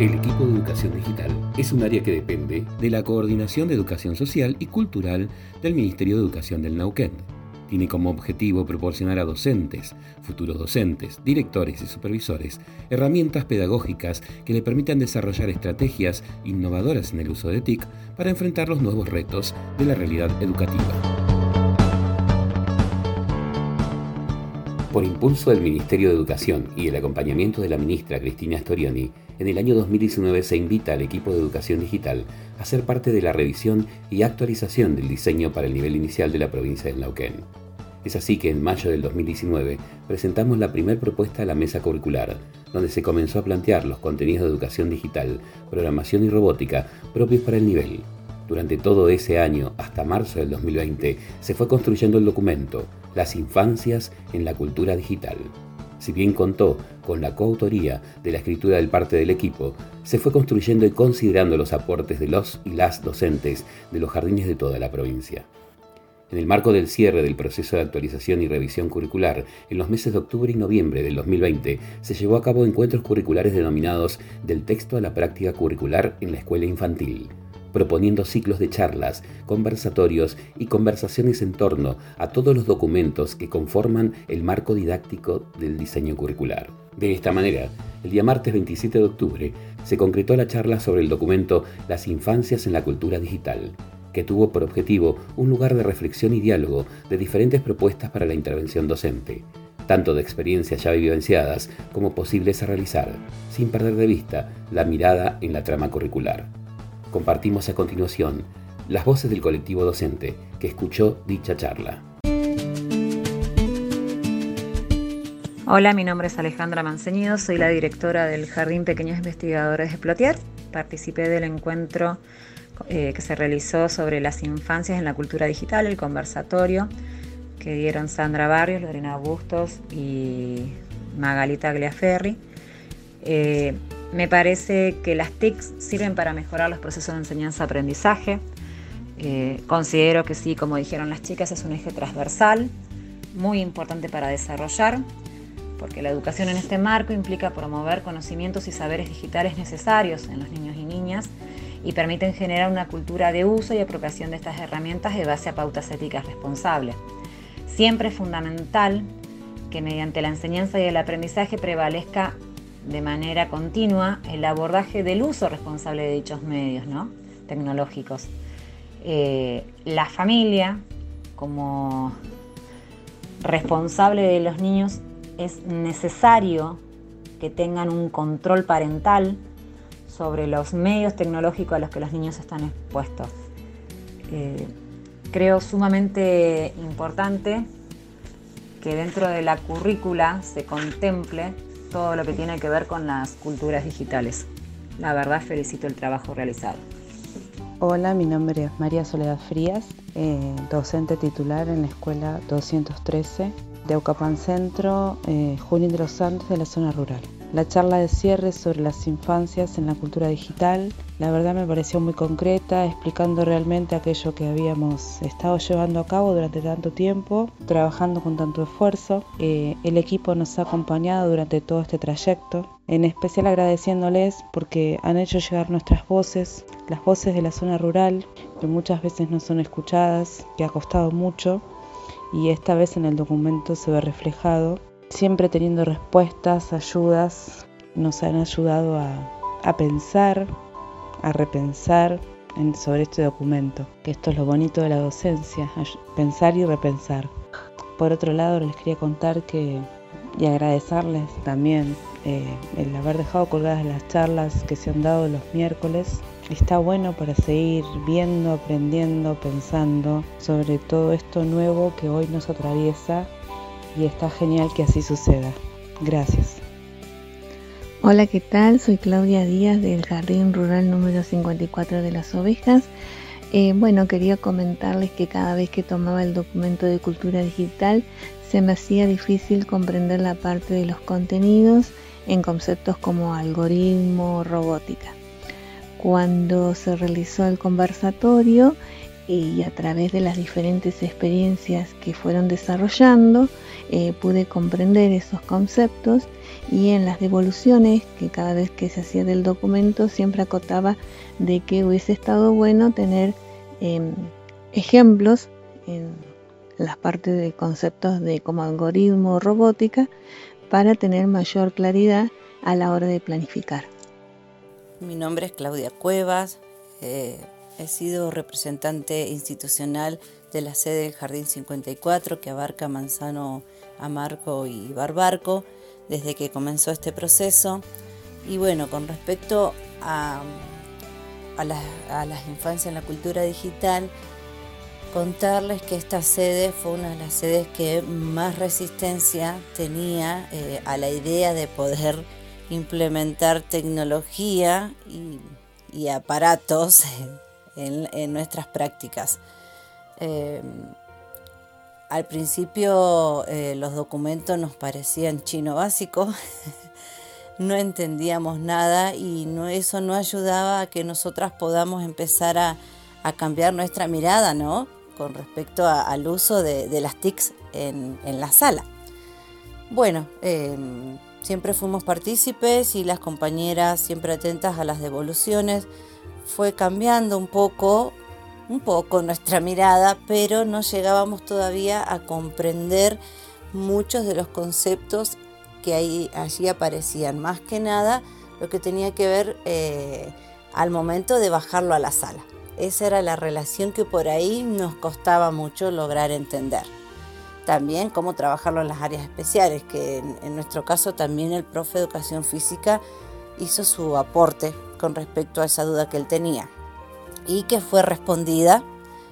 El equipo de educación digital es un área que depende de la Coordinación de Educación Social y Cultural del Ministerio de Educación del Neuquén. Tiene como objetivo proporcionar a docentes, futuros docentes, directores y supervisores herramientas pedagógicas que le permitan desarrollar estrategias innovadoras en el uso de TIC para enfrentar los nuevos retos de la realidad educativa. Por impulso del Ministerio de Educación y el acompañamiento de la ministra Cristina Storioni, en el año 2019 se invita al equipo de educación digital a ser parte de la revisión y actualización del diseño para el nivel inicial de la provincia del Neuquén. Es así que en mayo del 2019 presentamos la primera propuesta a la mesa curricular, donde se comenzó a plantear los contenidos de educación digital, programación y robótica propios para el nivel. Durante todo ese año, hasta marzo del 2020, se fue construyendo el documento Las infancias en la cultura digital. Si bien contó con la coautoría de la escritura del parte del equipo, se fue construyendo y considerando los aportes de los y las docentes de los jardines de toda la provincia. En el marco del cierre del proceso de actualización y revisión curricular, en los meses de octubre y noviembre del 2020, se llevó a cabo encuentros curriculares denominados Del texto a la práctica curricular en la escuela infantil, proponiendo ciclos de charlas, conversatorios y conversaciones en torno a todos los documentos que conforman el marco didáctico del diseño curricular. De esta manera, el día martes 27 de octubre se concretó la charla sobre el documento Las infancias en la cultura digital, que tuvo por objetivo un lugar de reflexión y diálogo de diferentes propuestas para la intervención docente, tanto de experiencias ya vivenciadas como posibles a realizar, sin perder de vista la mirada en la trama curricular. Compartimos a continuación las voces del colectivo docente que escuchó dicha charla. Hola, mi nombre es Alejandra Manceñido, soy la directora del Jardín Pequeños Investigadores de Plotier. Participé del encuentro que se realizó sobre las infancias en la cultura digital, el conversatorio que dieron Sandra Barrios, Lorena Bustos y Magalita Tagliaferri. Me parece que las TICs sirven para mejorar los procesos de enseñanza-aprendizaje. Considero que sí, como dijeron las chicas, es un eje transversal, muy importante para desarrollar, porque la educación en este marco implica promover conocimientos y saberes digitales necesarios en los niños y niñas y permiten generar una cultura de uso y apropiación de estas herramientas de base a pautas éticas responsables. Siempre es fundamental que mediante la enseñanza y el aprendizaje prevalezca de manera continua el abordaje del uso responsable de dichos medios, tecnológicos. La familia, como responsable de los niños, es necesario que tengan un control parental sobre los medios tecnológicos a los que los niños están expuestos. Creo sumamente importante que dentro de la currícula se contemple todo lo que tiene que ver con las culturas digitales. La verdad, felicito el trabajo realizado. Hola, mi nombre es María Soledad Frías, docente titular en la escuela 213 de Aucapán Centro, Junín de los Santos, de la zona rural. La charla de cierre sobre las infancias en la cultura digital, la verdad me pareció muy concreta, explicando realmente aquello que habíamos estado llevando a cabo durante tanto tiempo, trabajando con tanto esfuerzo. El equipo nos ha acompañado durante todo este trayecto, en especial agradeciéndoles porque han hecho llegar nuestras voces, las voces de la zona rural, que muchas veces no son escuchadas, que ha costado mucho, y esta vez en el documento se ve reflejado. Siempre teniendo respuestas, ayudas, nos han ayudado a pensar, a repensar sobre este documento, que esto es lo bonito de la docencia, pensar y repensar. Por otro lado, les quería contar y agradecerles también el haber dejado colgadas las charlas que se han dado los miércoles. Está bueno para seguir viendo, aprendiendo, pensando sobre todo esto nuevo que hoy nos atraviesa. Y está genial que así suceda. Gracias. Hola, ¿qué tal? Soy Claudia Díaz del Jardín Rural número 54 de las Ovejas. Quería comentarles que cada vez que tomaba el documento de cultura digital se me hacía difícil comprender la parte de los contenidos en conceptos como algoritmo o robótica. Cuando se realizó el conversatorio, y a través de las diferentes experiencias que fueron desarrollando pude comprender esos conceptos, y en las devoluciones, que cada vez que se hacía del documento siempre acotaba de que hubiese estado bueno tener ejemplos en las partes de conceptos de como algoritmo o robótica para tener mayor claridad a la hora de planificar. Mi nombre es Claudia Cuevas, he sido representante institucional de la sede del Jardín 54, que abarca Manzano, Amargo y Barbarco, desde que comenzó este proceso. Y bueno, con respecto a las infancias en la cultura digital, contarles que esta sede fue una de las sedes que más resistencia tenía a la idea de poder implementar tecnología y aparatos en nuestras prácticas. Al principio los documentos nos parecían chino básico, no entendíamos nada, y eso no ayudaba a que nosotras podamos empezar a cambiar nuestra mirada, ¿no?, con respecto al uso de las TICs en la sala. Bueno, siempre fuimos partícipes y las compañeras siempre atentas a las devoluciones. Fue cambiando un poco nuestra mirada, pero no llegábamos todavía a comprender muchos de los conceptos que allí aparecían. Más que nada lo que tenía que ver al momento de bajarlo a la sala. Esa era la relación que por ahí nos costaba mucho lograr entender. También cómo trabajarlo en las áreas especiales, que en nuestro caso también el profe de educación física hizo su aporte con respecto a esa duda que él tenía, y que fue respondida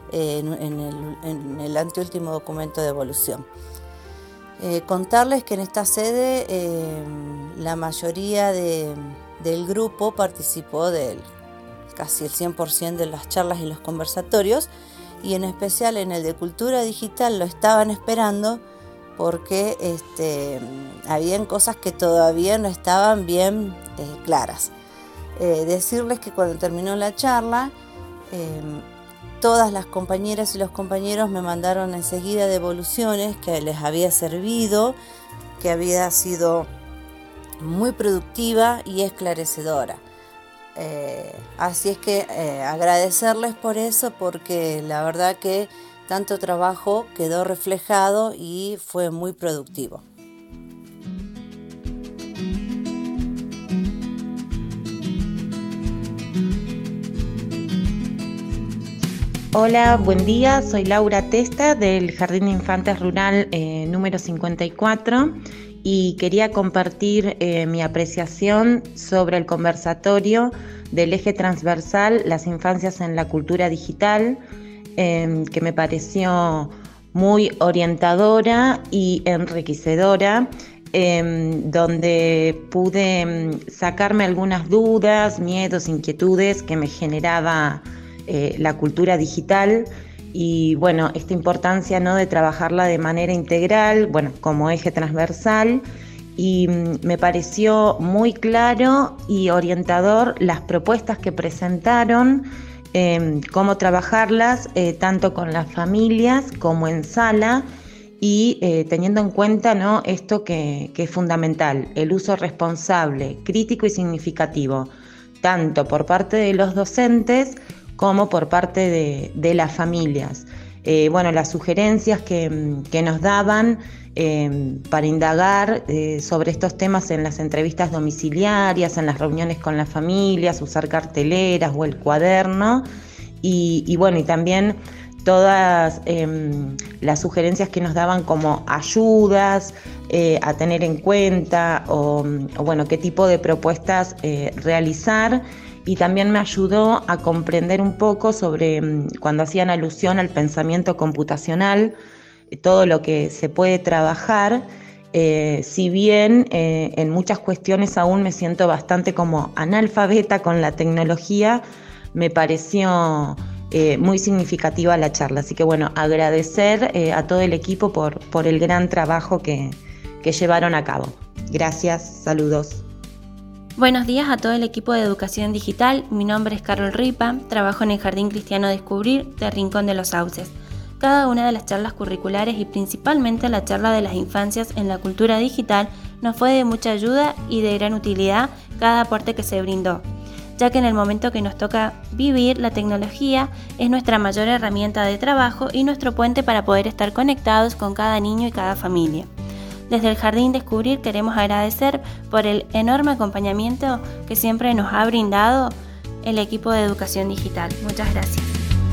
en el anteúltimo documento de evolución. Contarles que en esta sede la mayoría del grupo participó casi el 100% de las charlas y los conversatorios, y en especial en el de cultura digital lo estaban esperando porque habían cosas que todavía no estaban bien claras. Decirles que cuando terminó la charla, todas las compañeras y los compañeros me mandaron enseguida devoluciones que les había servido, que había sido muy productiva y esclarecedora. Así es que agradecerles por eso, porque la verdad que tanto trabajo quedó reflejado y fue muy productivo. Hola, buen día, soy Laura Testa del Jardín de Infantes Rural número 54, y quería compartir mi apreciación sobre el conversatorio del eje transversal Las infancias en la cultura digital, que me pareció muy orientadora y enriquecedora, donde pude sacarme algunas dudas, miedos, inquietudes que me generaba la cultura digital. Y bueno, esta importancia, ¿no?, de trabajarla de manera integral, bueno, como eje transversal, y me pareció muy claro y orientador las propuestas que presentaron, cómo trabajarlas tanto con las familias como en sala, y teniendo en cuenta, ¿no?, esto que es fundamental, el uso responsable, crítico y significativo, tanto por parte de los docentes como por parte de las familias. Bueno, las sugerencias que nos daban para indagar sobre estos temas en las entrevistas domiciliarias, en las reuniones con las familias, usar carteleras o el cuaderno, y bueno, y también todas las sugerencias que nos daban como ayudas a tener en cuenta, o bueno, qué tipo de propuestas realizar. Y también me ayudó a comprender un poco sobre cuando hacían alusión al pensamiento computacional, todo lo que se puede trabajar, si bien en muchas cuestiones aún me siento bastante como analfabeta con la tecnología, me pareció muy significativa la charla. Así que bueno, agradecer a todo el equipo por el gran trabajo que llevaron a cabo. Gracias, saludos. Buenos días a todo el equipo de Educación Digital. Mi nombre es Carol Ripa, trabajo en el Jardín Cristiano Descubrir de Rincón de los Sauces. Cada una de las charlas curriculares y principalmente la charla de las infancias en la cultura digital nos fue de mucha ayuda y de gran utilidad cada aporte que se brindó, ya que en el momento que nos toca vivir, la tecnología es nuestra mayor herramienta de trabajo y nuestro puente para poder estar conectados con cada niño y cada familia. Desde el Jardín Descubrir queremos agradecer por el enorme acompañamiento que siempre nos ha brindado el equipo de Educación Digital. Muchas gracias.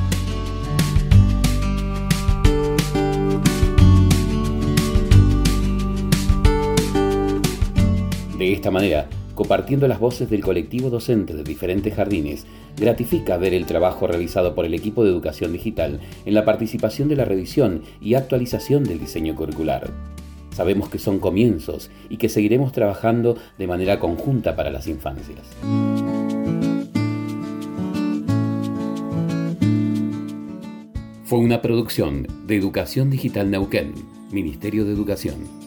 De esta manera, compartiendo las voces del colectivo docente de diferentes jardines, gratifica ver el trabajo realizado por el equipo de Educación Digital en la participación de la revisión y actualización del diseño curricular. Sabemos que son comienzos y que seguiremos trabajando de manera conjunta para las infancias. Fue una producción de Educación Digital Neuquén, Ministerio de Educación.